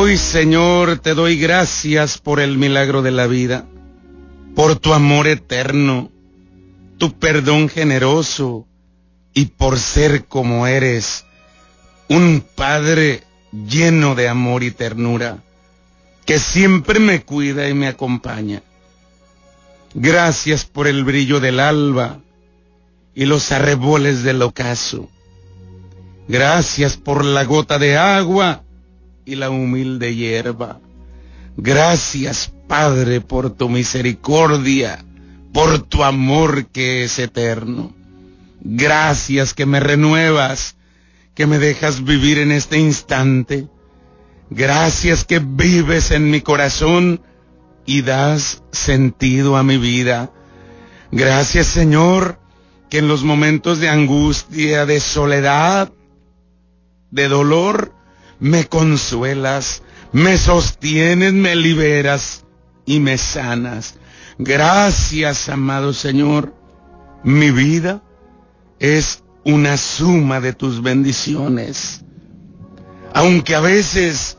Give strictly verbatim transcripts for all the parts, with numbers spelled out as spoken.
Hoy, Señor, te doy gracias por el milagro de la vida, por tu amor eterno, tu perdón generoso y por ser como eres, un Padre lleno de amor y ternura, que siempre me cuida y me acompaña. Gracias por el brillo del alba y los arreboles del ocaso. Gracias por la gota de agua y la humilde hierba. Gracias, Padre, por tu misericordia, por tu amor que es eterno. Gracias que me renuevas, que me dejas vivir en este instante. Gracias que vives en mi corazón y das sentido a mi vida. Gracias, Señor, que en los momentos de angustia, de soledad, de dolor, me consuelas, me sostienes, me liberas y me sanas. Gracias, amado Señor. Mi vida es una suma de tus bendiciones. Aunque a veces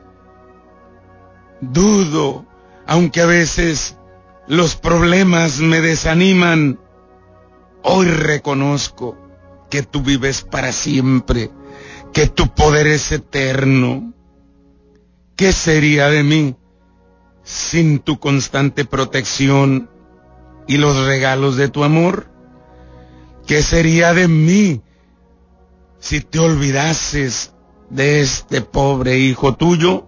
dudo, aunque a veces los problemas me desaniman, hoy reconozco que tú vives para siempre, que tu poder es eterno. ¿Qué sería de mí sin tu constante protección y los regalos de tu amor? ¿Qué sería de mí si te olvidases de este pobre hijo tuyo?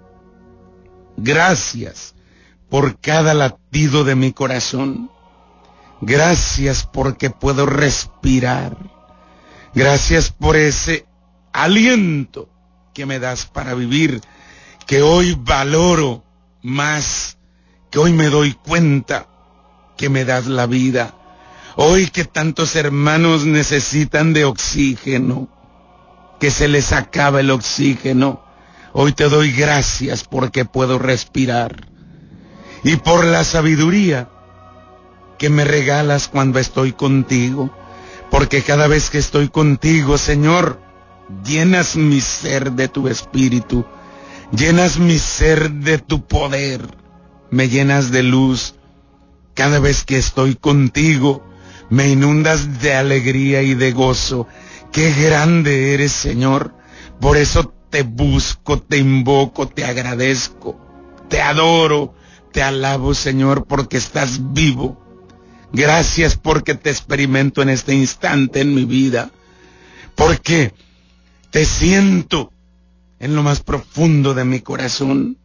Gracias por cada latido de mi corazón. Gracias porque puedo respirar. Gracias por ese aliento que me das para vivir, que hoy valoro más, que hoy me doy cuenta que me das la vida. Hoy que tantos hermanos necesitan de oxígeno, que se les acaba el oxígeno, hoy te doy gracias porque puedo respirar. Y por la sabiduría que me regalas cuando estoy contigo, porque cada vez que estoy contigo, Señor, llenas mi ser de tu espíritu, llenas mi ser de tu poder, me llenas de luz. Cada vez que estoy contigo, me inundas de alegría y de gozo. Qué grande eres, Señor. Por eso te busco, te invoco, te agradezco, te adoro, te alabo, Señor, porque estás vivo. Gracias porque te experimento en este instante en mi vida, porque te siento en lo más profundo de mi corazón.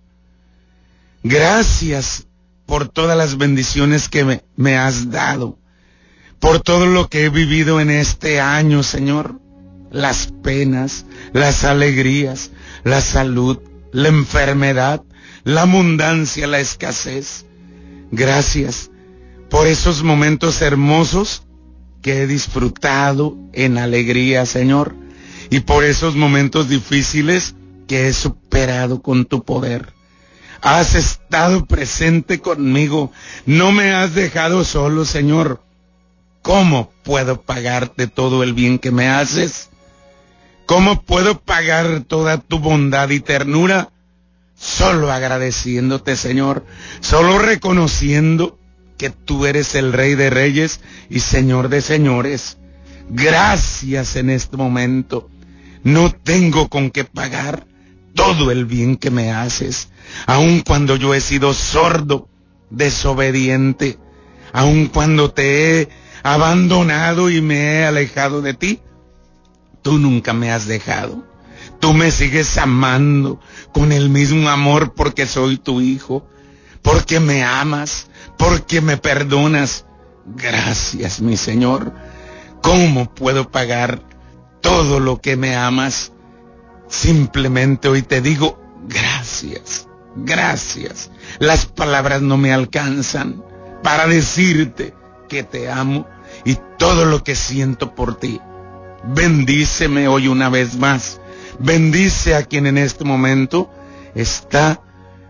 Gracias por todas las bendiciones que me, me has dado, por todo lo que he vivido en este año, Señor. Las penas, las alegrías, la salud, la enfermedad, la abundancia, la escasez. Gracias por esos momentos hermosos que he disfrutado en alegría, Señor, y por esos momentos difíciles que he superado con tu poder. Has estado presente conmigo, no me has dejado solo, Señor. ¿Cómo puedo pagarte todo el bien que me haces? ¿Cómo puedo pagar toda tu bondad y ternura? Solo agradeciéndote, Señor, solo reconociendo que tú eres el Rey de Reyes y Señor de Señores. Gracias en este momento. No tengo con qué pagar todo el bien que me haces, aun cuando yo he sido sordo, desobediente, aun cuando te he abandonado y me he alejado de ti. Tú nunca me has dejado. Tú me sigues amando con el mismo amor porque soy tu hijo, porque me amas, porque me perdonas. Gracias, mi Señor. ¿Cómo puedo pagar todo lo que me amas? Simplemente hoy te digo gracias, gracias. Las palabras no me alcanzan para decirte que te amo y todo lo que siento por ti. Bendíceme hoy una vez más. Bendice a quien en este momento está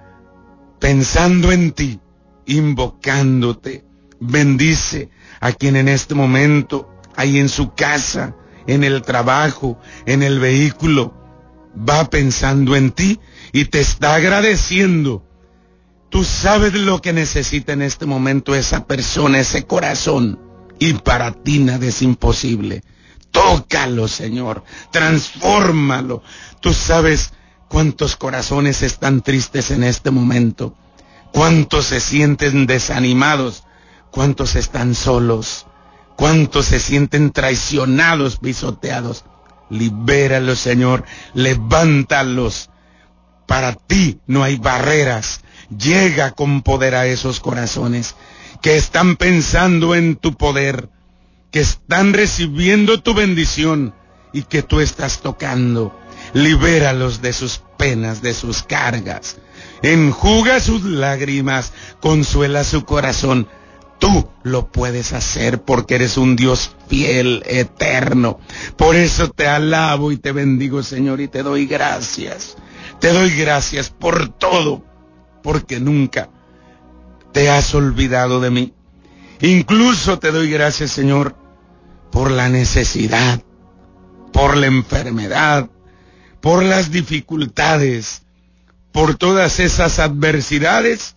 pensando en ti, invocándote. Bendice a quien en este momento, ahí en su casa, en el trabajo, en el vehículo, va pensando en ti y te está agradeciendo. Tú sabes lo que necesita en este momento esa persona, ese corazón, y para ti nada es imposible. Tócalo, Señor, transfórmalo. Tú sabes cuántos corazones están tristes en este momento, cuántos se sienten desanimados, cuántos están solos, cuántos se sienten traicionados, pisoteados. Libéralos, Señor, levántalos. Para ti no hay barreras. Llega con poder a esos corazones que están pensando en tu poder, que están recibiendo tu bendición y que tú estás tocando. Libéralos de sus penas, de sus cargas. Enjuga sus lágrimas, consuela su corazón. Tú lo puedes hacer porque eres un Dios fiel, eterno. Por eso te alabo y te bendigo, Señor, y te doy gracias. Te doy gracias por todo, porque nunca te has olvidado de mí. Incluso te doy gracias, Señor, por la necesidad, por la enfermedad, por las dificultades, por todas esas adversidades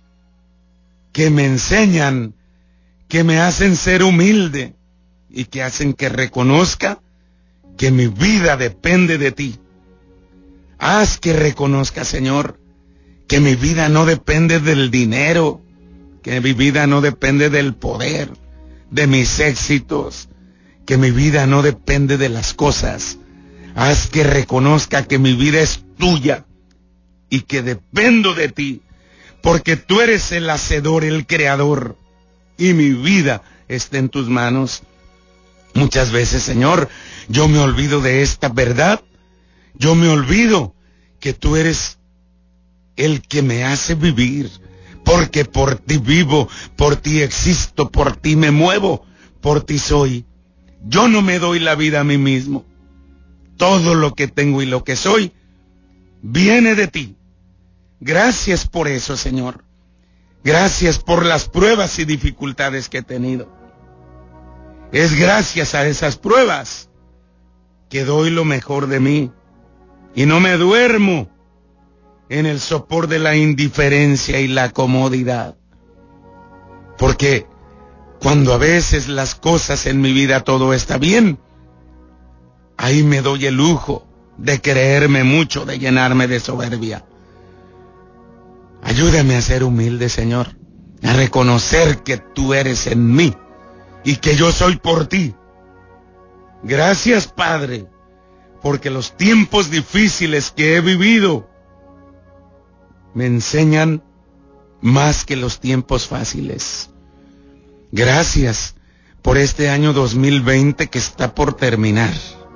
que me enseñan, que me hacen ser humilde y que hacen que reconozca que mi vida depende de ti. Haz que reconozca, Señor, que mi vida no depende del dinero, que mi vida no depende del poder, de mis éxitos, que mi vida no depende de las cosas. Haz que reconozca que mi vida es tuya y que dependo de ti, porque tú eres el hacedor, el creador, y mi vida está en tus manos. Muchas veces, Señor, yo me olvido de esta verdad. Yo me olvido que tú eres el que me hace vivir, porque por ti vivo, por ti existo, por ti me muevo, por ti soy. Yo no me doy la vida a mí mismo. Todo lo que tengo y lo que soy viene de ti. Gracias por eso, Señor. Gracias por las pruebas y dificultades que he tenido. Es gracias a esas pruebas que doy lo mejor de mí y no me duermo en el sopor de la indiferencia y la comodidad. Porque cuando a veces las cosas en mi vida todo está bien, ahí me doy el lujo de creerme mucho, de llenarme de soberbia. Ayúdame a ser humilde, Señor, a reconocer que tú eres en mí y que yo soy por ti. Gracias, Padre, porque los tiempos difíciles que he vivido me enseñan más que los tiempos fáciles. Gracias por este año dos mil veinte que está por terminar.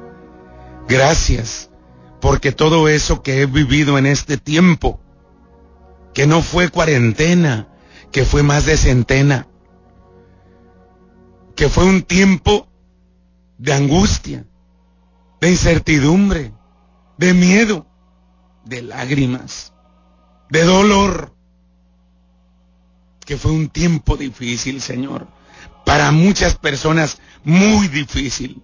Gracias porque todo eso que he vivido en este tiempo, que no fue cuarentena, que fue más de centena, que fue un tiempo de angustia, de incertidumbre, de miedo, de lágrimas, de dolor, que fue un tiempo difícil, Señor, para muchas personas muy difícil.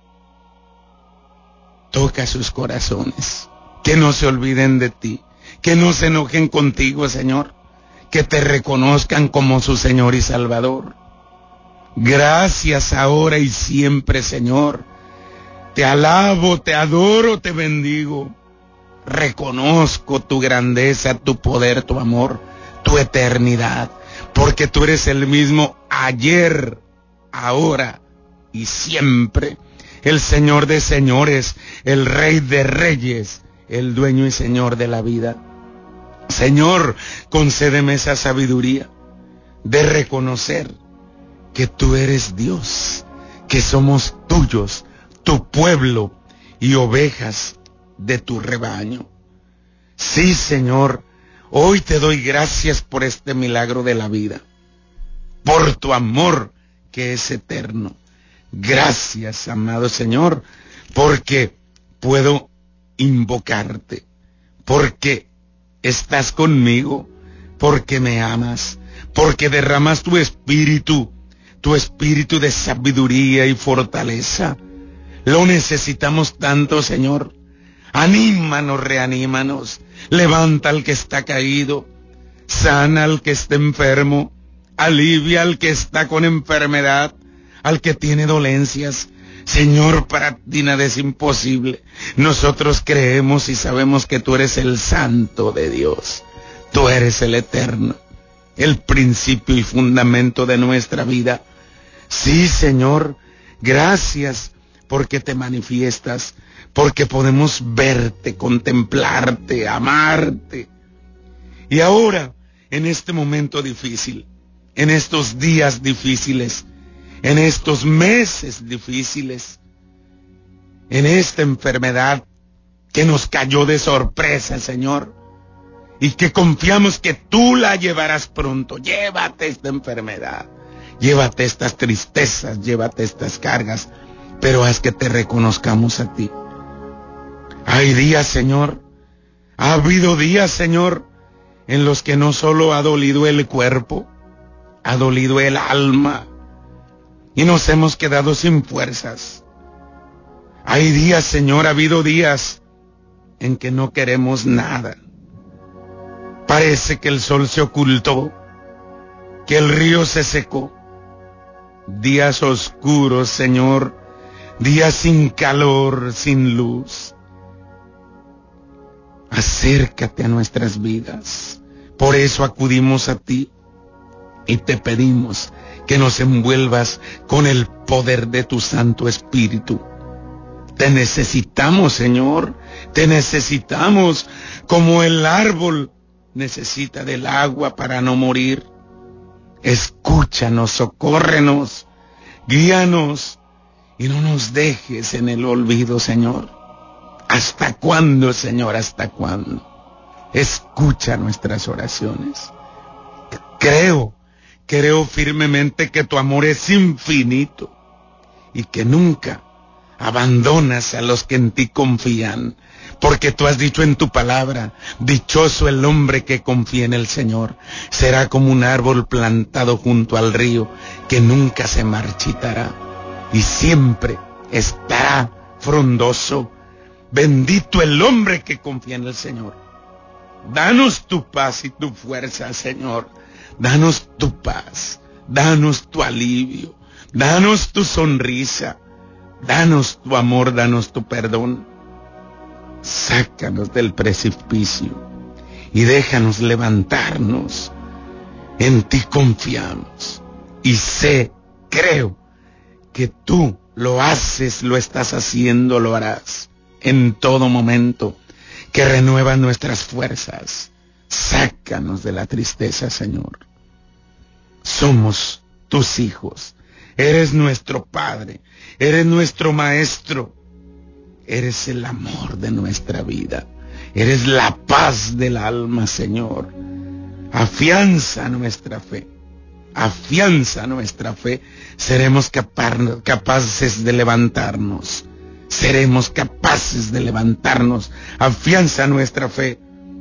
Toca sus corazones, que no se olviden de ti, que no se enojen contigo, Señor, que te reconozcan como su Señor y Salvador. Gracias ahora y siempre, Señor. Te alabo, te adoro, te bendigo. Reconozco tu grandeza, tu poder, tu amor, tu eternidad, porque tú eres el mismo ayer, ahora y siempre. El Señor de señores, el Rey de reyes, el dueño y Señor de la vida. Señor, concédeme esa sabiduría de reconocer que tú eres Dios, que somos tuyos, tu pueblo y ovejas de tu rebaño. Sí, Señor, hoy te doy gracias por este milagro de la vida, por tu amor que es eterno. Gracias, amado Señor, porque puedo invocarte, porque estás conmigo, porque me amas, porque derramas tu espíritu, tu espíritu de sabiduría y fortaleza. Lo necesitamos tanto, Señor. Anímanos, reanímanos. Levanta al que está caído. Sana al que está enfermo. Alivia al que está con enfermedad, al que tiene dolencias. Señor, para ti nada es imposible. Nosotros creemos y sabemos que tú eres el Santo de Dios. Tú eres el Eterno, el principio y fundamento de nuestra vida. Sí, Señor, gracias porque te manifiestas, porque podemos verte, contemplarte, amarte. Y ahora, en este momento difícil, en estos días difíciles, en estos meses difíciles, en esta enfermedad que nos cayó de sorpresa, Señor, y que confiamos que tú la llevarás pronto. Llévate esta enfermedad, llévate estas tristezas, llévate estas cargas, pero haz que te reconozcamos a ti. Hay días, Señor, ha habido días, Señor, en los que no solo ha dolido el cuerpo, ha dolido el alma, y nos hemos quedado sin fuerzas. Hay días, Señor, ha habido días en que no queremos nada. Parece que el sol se ocultó, que el río se secó. Días oscuros, Señor, días sin calor, sin luz. Acércate a nuestras vidas. Por eso acudimos a ti y te pedimos que nos envuelvas con el poder de tu Santo Espíritu. Te necesitamos, Señor, te necesitamos como el árbol necesita del agua para no morir. Escúchanos, socórrenos, guíanos y no nos dejes en el olvido, Señor. ¿Hasta cuándo, Señor? ¿Hasta cuándo? Escucha nuestras oraciones. Creo, creo firmemente que tu amor es infinito y que nunca abandonas a los que en ti confían, porque tú has dicho en tu palabra, dichoso el hombre que confía en el Señor, será como un árbol plantado junto al río, que nunca se marchitará y siempre estará frondoso. Bendito el hombre que confía en el Señor. Danos tu paz y tu fuerza, Señor. Danos tu paz, danos tu alivio, danos tu sonrisa, danos tu amor, danos tu perdón. Sácanos del precipicio y déjanos levantarnos. En ti confiamos y sé, creo que tú lo haces, lo estás haciendo, lo harás en todo momento, que renueva nuestras fuerzas. Sácanos de la tristeza, Señor. Somos tus hijos. Eres nuestro Padre. Eres nuestro Maestro. Eres el amor de nuestra vida. Eres la paz del alma, Señor. Afianza nuestra fe. Afianza nuestra fe. Seremos capa- capaces de levantarnos. Seremos capaces de levantarnos. Afianza nuestra fe.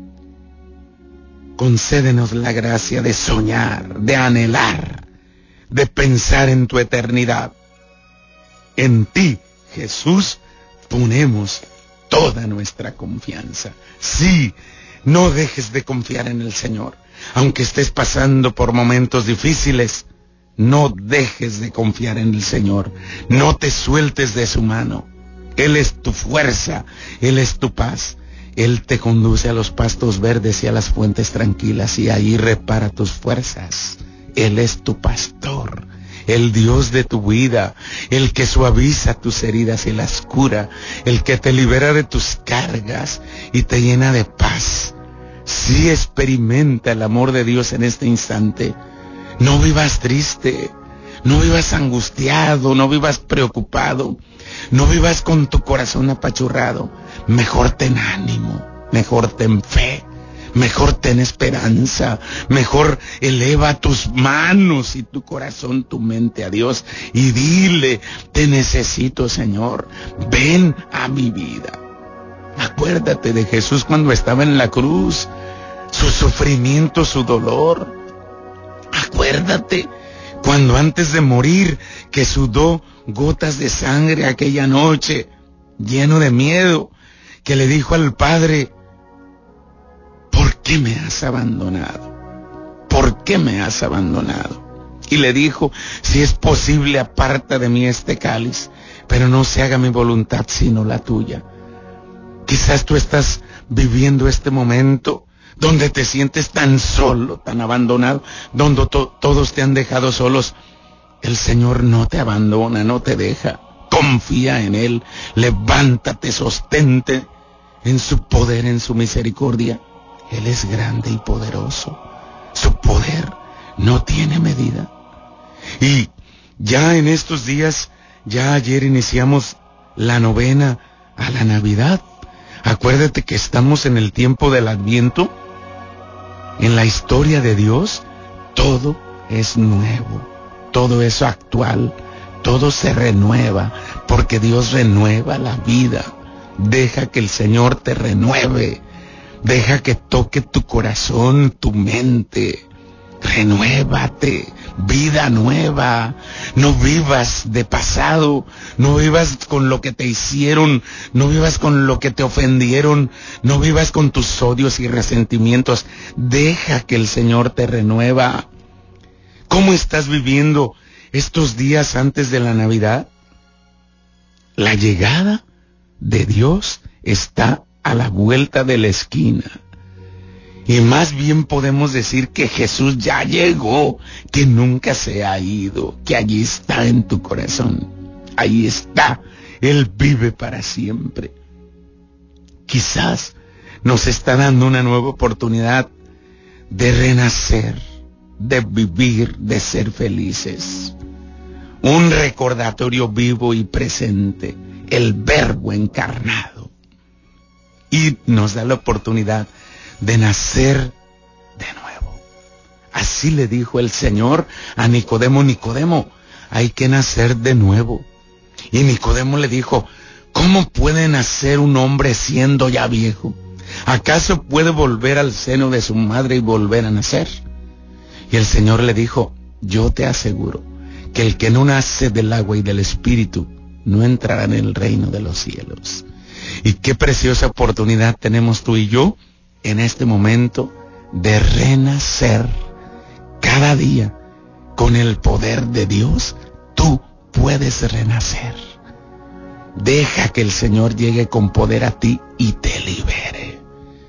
Concédenos la gracia de soñar, de anhelar, de pensar en tu eternidad. En ti, Jesús, ponemos toda nuestra confianza. Sí, no dejes de confiar en el Señor. Aunque estés pasando por momentos difíciles, no dejes de confiar en el Señor. No te sueltes de su mano. Él es tu fuerza, Él es tu paz. Él te conduce a los pastos verdes y a las fuentes tranquilas, y ahí repara tus fuerzas. Él es tu pastor, el Dios de tu vida, el que suaviza tus heridas y las cura, el que te libera de tus cargas y te llena de paz. Sí, experimenta el amor de Dios en este instante. No vivas triste, no vivas angustiado, no vivas preocupado, no vivas con tu corazón apachurrado. Mejor ten ánimo, mejor ten fe, mejor ten esperanza, mejor eleva tus manos y tu corazón, tu mente a Dios y dile: te necesito, Señor, ven a mi vida. Acuérdate de Jesús cuando estaba en la cruz, su sufrimiento, su dolor. Acuérdate cuando antes de morir, que sudó gotas de sangre aquella noche, lleno de miedo, que le dijo al Padre: ¿por qué me has abandonado? ¿Por qué me has abandonado? Y le dijo: si es posible, aparta de mí este cáliz, pero no se haga mi voluntad sino la tuya. Quizás tú estás viviendo este momento donde te sientes tan solo, tan abandonado, donde to- todos te han dejado solos. El Señor no te abandona, no te deja. Confía en Él, levántate, sostente en su poder, en su misericordia. Él es grande y poderoso. Su poder no tiene medida. Y ya en estos días, ya ayer iniciamos la novena a la Navidad. Acuérdate que estamos en el tiempo del Adviento. En la historia de Dios, todo es nuevo, todo es actual, todo se renueva, porque Dios renueva la vida. Deja que el Señor te renueve, deja que toque tu corazón, tu mente. Renuévate, vida nueva. No vivas de pasado, no vivas con lo que te hicieron, no vivas con lo que te ofendieron, no vivas con tus odios y resentimientos. Deja que el Señor te renueva. ¿Cómo estás viviendo estos días antes de la Navidad? La llegada de Dios está a la vuelta de la esquina. Y más bien podemos decir que Jesús ya llegó, que nunca se ha ido, que allí está en tu corazón. Ahí está. Él vive para siempre. Quizás nos está dando una nueva oportunidad de renacer, de vivir, de ser felices. Un recordatorio vivo y presente, el Verbo encarnado. Y nos da la oportunidad de nacer de nuevo. Así le dijo el Señor a Nicodemo: Nicodemo, hay que nacer de nuevo. Y Nicodemo le dijo: ¿cómo puede nacer un hombre siendo ya viejo? ¿Acaso puede volver al seno de su madre y volver a nacer? Y el Señor le dijo: yo te aseguro que el que no nace del agua y del Espíritu no entrará en el reino de los cielos. Y qué preciosa oportunidad tenemos tú y yo en este momento de renacer cada día con el poder de Dios. Tú puedes renacer. Deja que el Señor llegue con poder a ti y te libere.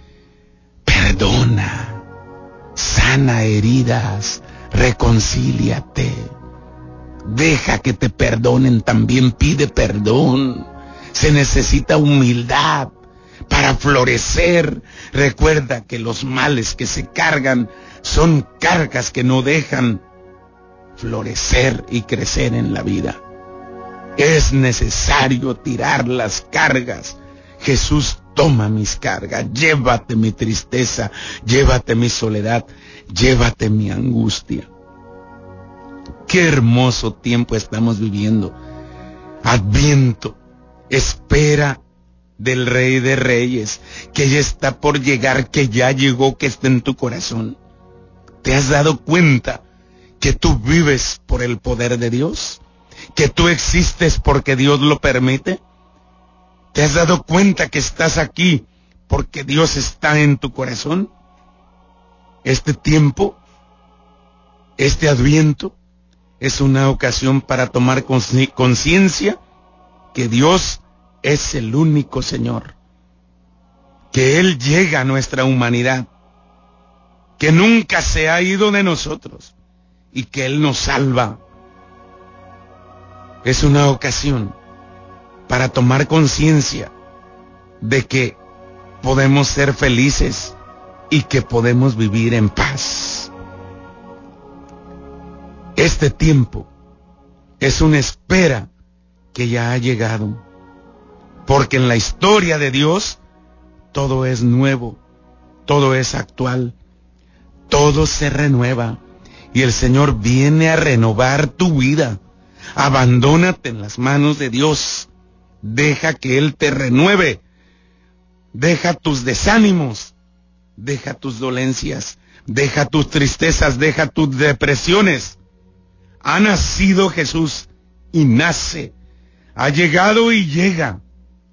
Perdona, sana heridas, reconcíliate. Deja que te perdonen, también pide perdón. Se necesita humildad para florecer. Recuerda que los males que se cargan son cargas que no dejan florecer y crecer en la vida. Es necesario tirar las cargas. Jesús, toma mis cargas, llévate mi tristeza, llévate mi soledad, llévate mi angustia. Qué hermoso tiempo estamos viviendo. Adviento, espera del Rey de Reyes, que ya está por llegar, que ya llegó, que está en tu corazón. ¿Te has dado cuenta que tú vives por el poder de Dios? ¿Que tú existes porque Dios lo permite? ¿Te has dado cuenta que estás aquí porque Dios está en tu corazón? Este tiempo, este Adviento, es una ocasión para tomar conciencia que Dios es el único Señor, que Él llega a nuestra humanidad, que nunca se ha ido de nosotros y que Él nos salva. Es una ocasión para tomar conciencia de que podemos ser felices y que podemos vivir en paz. Este tiempo es una espera que ya ha llegado, porque en la historia de Dios todo es nuevo, todo es actual, todo se renueva, y el Señor viene a renovar tu vida. Abandónate en las manos de Dios, deja que Él te renueve, deja tus desánimos, deja tus dolencias, deja tus tristezas, deja tus depresiones. Ha nacido Jesús y nace, ha llegado y llega.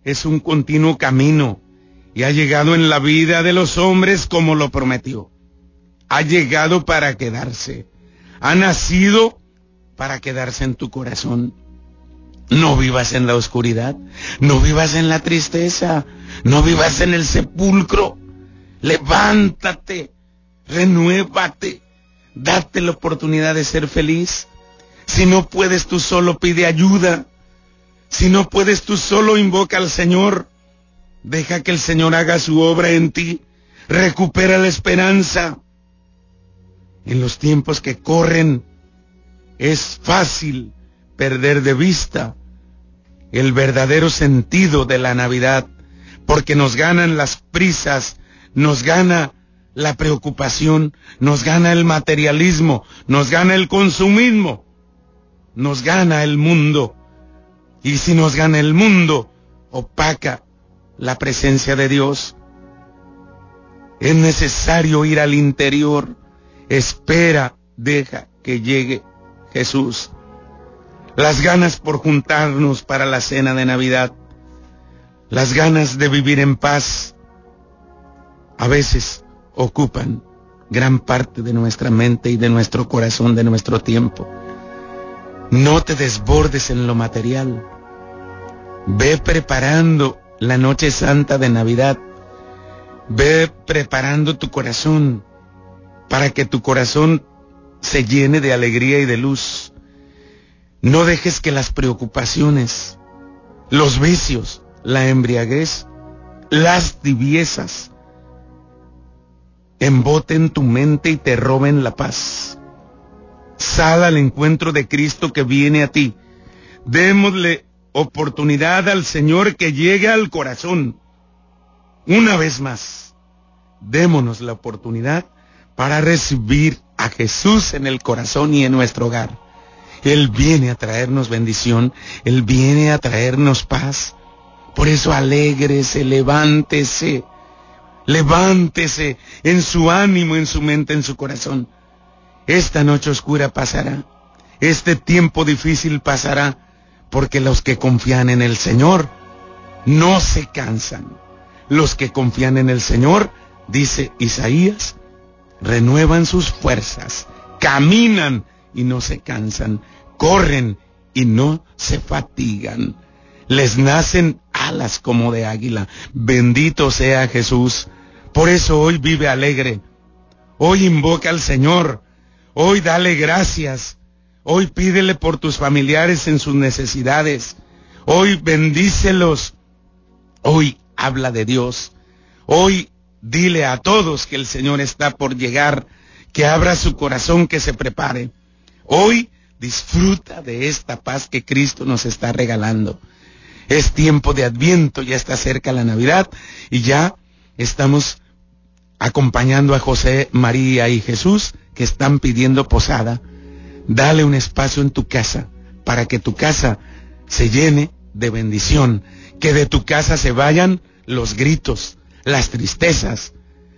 es un continuo camino y ha llegado en la vida de los hombres como lo prometió. Ha llegado para quedarse. Ha nacido para quedarse en tu corazón. No vivas en la oscuridad, no vivas en la tristeza, no vivas en el sepulcro. Levántate, renuévate, date la oportunidad de ser feliz. Si no puedes tú solo, pide ayuda. Si no puedes tú solo, invoca al Señor. Deja que el Señor haga su obra en ti. Recupera la esperanza. En los tiempos que corren es fácil perder de vista el verdadero sentido de la Navidad, porque nos ganan las prisas, nos gana la preocupación, nos gana el materialismo, nos gana el consumismo, nos gana el mundo. Y si nos gana el mundo, opaca la presencia de Dios. Es necesario ir al interior. Espera, deja que llegue Jesús. Las ganas por juntarnos para la cena de Navidad, las ganas de vivir en paz, a veces ocupan gran parte de nuestra mente y de nuestro corazón, de nuestro tiempo. No te desbordes en lo material. Ve preparando la noche santa de Navidad. Ve preparando tu corazón para que tu corazón se llene de alegría y de luz. No dejes que las preocupaciones, los vicios, la embriaguez, las tibiezas emboten tu mente y te roben la paz. Sal al encuentro de Cristo que viene a ti. Démosle oportunidad al Señor que llegue al corazón. Una vez más, démonos la oportunidad para recibir a Jesús en el corazón y en nuestro hogar. Él viene a traernos bendición, Él viene a traernos paz. Por eso alégrese, levántese, levántese en su ánimo, en su mente, en su corazón. Esta noche oscura pasará, este tiempo difícil pasará, porque los que confían en el Señor no se cansan. Los que confían en el Señor, dice Isaías, renuevan sus fuerzas, caminan y no se cansan, corren y no se fatigan, les nacen alas como de águila. Bendito sea Jesús. Por eso hoy vive alegre, hoy invoca al Señor, hoy dale gracias, hoy pídele por tus familiares en sus necesidades, hoy bendícelos, hoy habla de Dios, hoy dile a todos que el Señor está por llegar, que abra su corazón, que se prepare. Hoy disfruta de esta paz que Cristo nos está regalando. Es tiempo de Adviento, ya está cerca la Navidad y ya estamos acompañando a José, María y Jesús que están pidiendo posada. Dale un espacio en tu casa para que tu casa se llene de bendición, que de tu casa se vayan los gritos, las tristezas,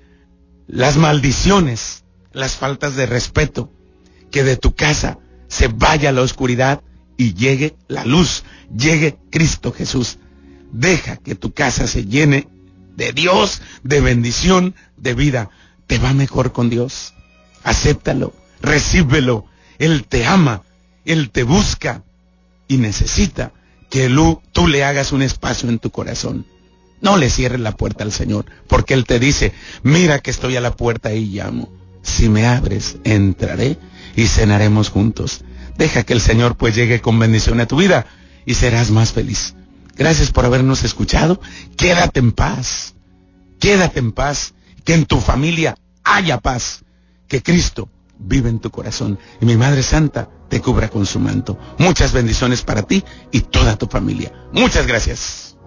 las maldiciones, las faltas de respeto, que de tu casa se vaya la oscuridad y llegue la luz, llegue Cristo Jesús. Deja que tu casa se llene de Dios, de bendición, de vida. Te va mejor con Dios. Acéptalo, recíbelo. Él te ama, Él te busca y necesita que tú le hagas un espacio en tu corazón. No le cierres la puerta al Señor, porque Él te dice, mira que estoy a la puerta y llamo. Si me abres, entraré y cenaremos juntos. Deja que el Señor pues llegue con bendición a tu vida y serás más feliz. Gracias por habernos escuchado. Quédate en paz. Quédate en paz. Que en tu familia haya paz. Que Cristo vive en tu corazón. Y mi Madre Santa te cubra con su manto. Muchas bendiciones para ti y toda tu familia. Muchas gracias.